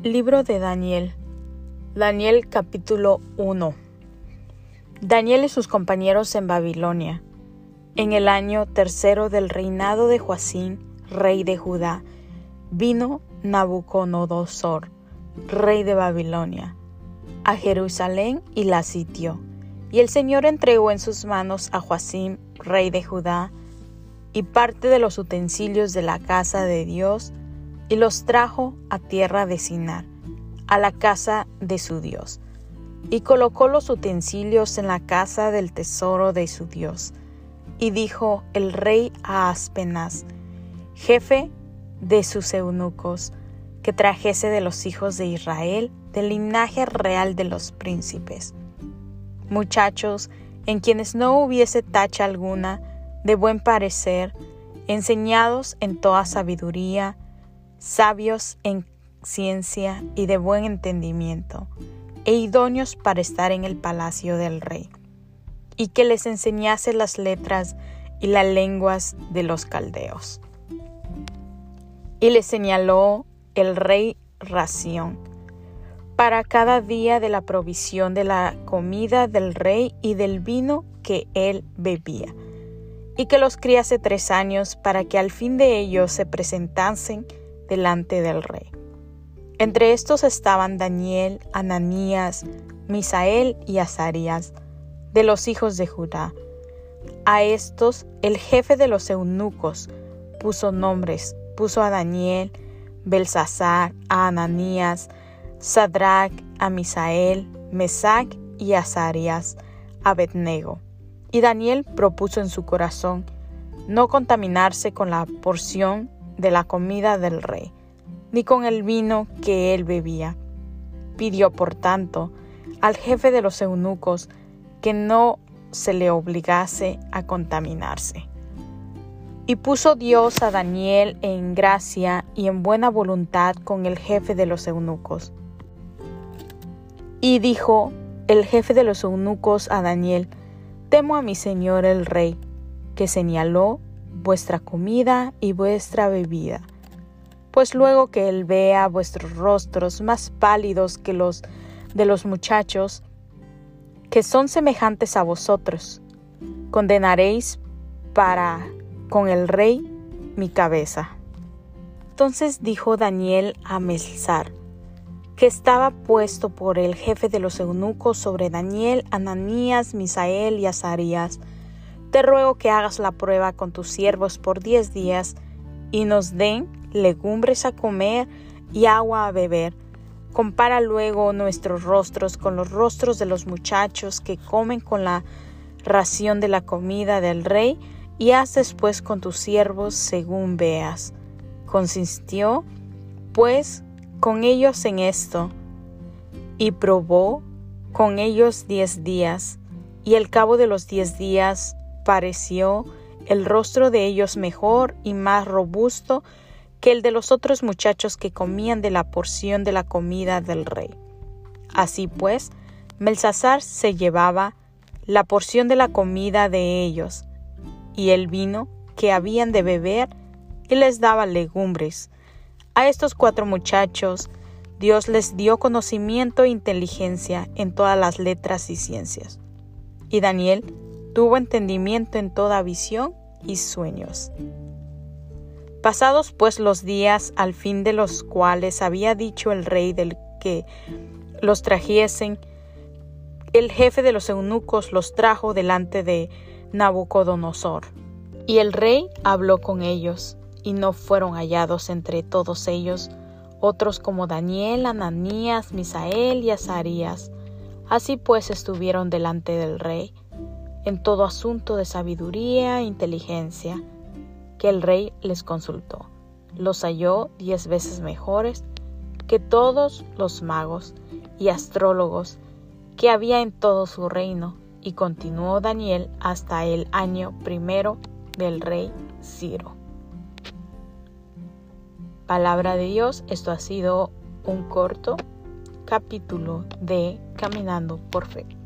Libro de Daniel. Daniel capítulo 1. Daniel y sus compañeros en Babilonia. En el año 3 del reinado de Joacim, rey de Judá, vino Nabucodonosor, rey de Babilonia, a Jerusalén y la sitió. Y el Señor entregó en sus manos a Joacim, rey de Judá, y parte de los utensilios de la casa de Dios, y los trajo a tierra de Sinar, a la casa de su Dios, y colocó los utensilios en la casa del tesoro de su Dios. Y dijo el rey a Aspenaz, jefe de sus eunucos, que trajese de los hijos de Israel, del linaje real de los príncipes, muchachos en quienes no hubiese tacha alguna, de buen parecer, enseñados en toda sabiduría, sabios en ciencia y de buen entendimiento, e idóneos para estar en el palacio del rey, y que les enseñase las letras y las lenguas de los caldeos. Y les señaló el rey ración para cada día de la provisión de la comida del rey y del vino que él bebía, y que los criase 3 años para que al fin de ellos se presentasen delante del rey. Entre estos estaban Daniel, Ananías, Misael y Azarías, de los hijos de Judá. A estos el jefe de los eunucos puso nombres, puso a Daniel, Belsasar, a Ananías, Sadrac, a Misael, Mesac y Azarías, a Abednego. Y Daniel propuso en su corazón no contaminarse con la porción de la comida del rey, ni con el vino que él bebía. Pidió, por tanto, al jefe de los eunucos que no se le obligase a contaminarse. Y puso Dios a Daniel en gracia y en buena voluntad con el jefe de los eunucos. Y dijo el jefe de los eunucos a Daniel: temo a mi señor el rey, que señaló vuestra comida y vuestra bebida. Pues luego que él vea vuestros rostros más pálidos que los de los muchachos, que son semejantes a vosotros, condenaréis para con el rey mi cabeza. Entonces dijo Daniel a Belsasar, que estaba puesto por el jefe de los eunucos sobre Daniel, Ananías, Misael y Azarías: te ruego que hagas la prueba con tus siervos por 10 días y nos den legumbres a comer y agua a beber. Compara luego nuestros rostros con los rostros de los muchachos que comen con la ración de la comida del rey, y haz después con tus siervos según veas. Consintió, pues, con ellos en esto, y probó con ellos 10 días, y al cabo de los 10 días pareció el rostro de ellos mejor y más robusto que el de los otros muchachos que comían de la porción de la comida del rey. Así pues, Belsasar se llevaba la porción de la comida de ellos, y el vino que habían de beber, y les daba legumbres. A estos 4 muchachos Dios les dio conocimiento e inteligencia en todas las letras y ciencias. Y Daniel tuvo entendimiento en toda visión y sueños. Pasados pues los días, al fin de los cuales había dicho el rey del que los trajesen, el jefe de los eunucos los trajo delante de Nabucodonosor. Y el rey habló con ellos, y no fueron hallados entre todos ellos otros como Daniel, Ananías, Misael y Azarías. Así pues estuvieron delante del rey en todo asunto de sabiduría e inteligencia que el rey les consultó. Los halló 10 veces mejores que todos los magos y astrólogos que había en todo su reino, y continuó Daniel hasta el año 1 del rey Ciro. Palabra de Dios. Esto ha sido un corto capítulo de Caminando por Fe.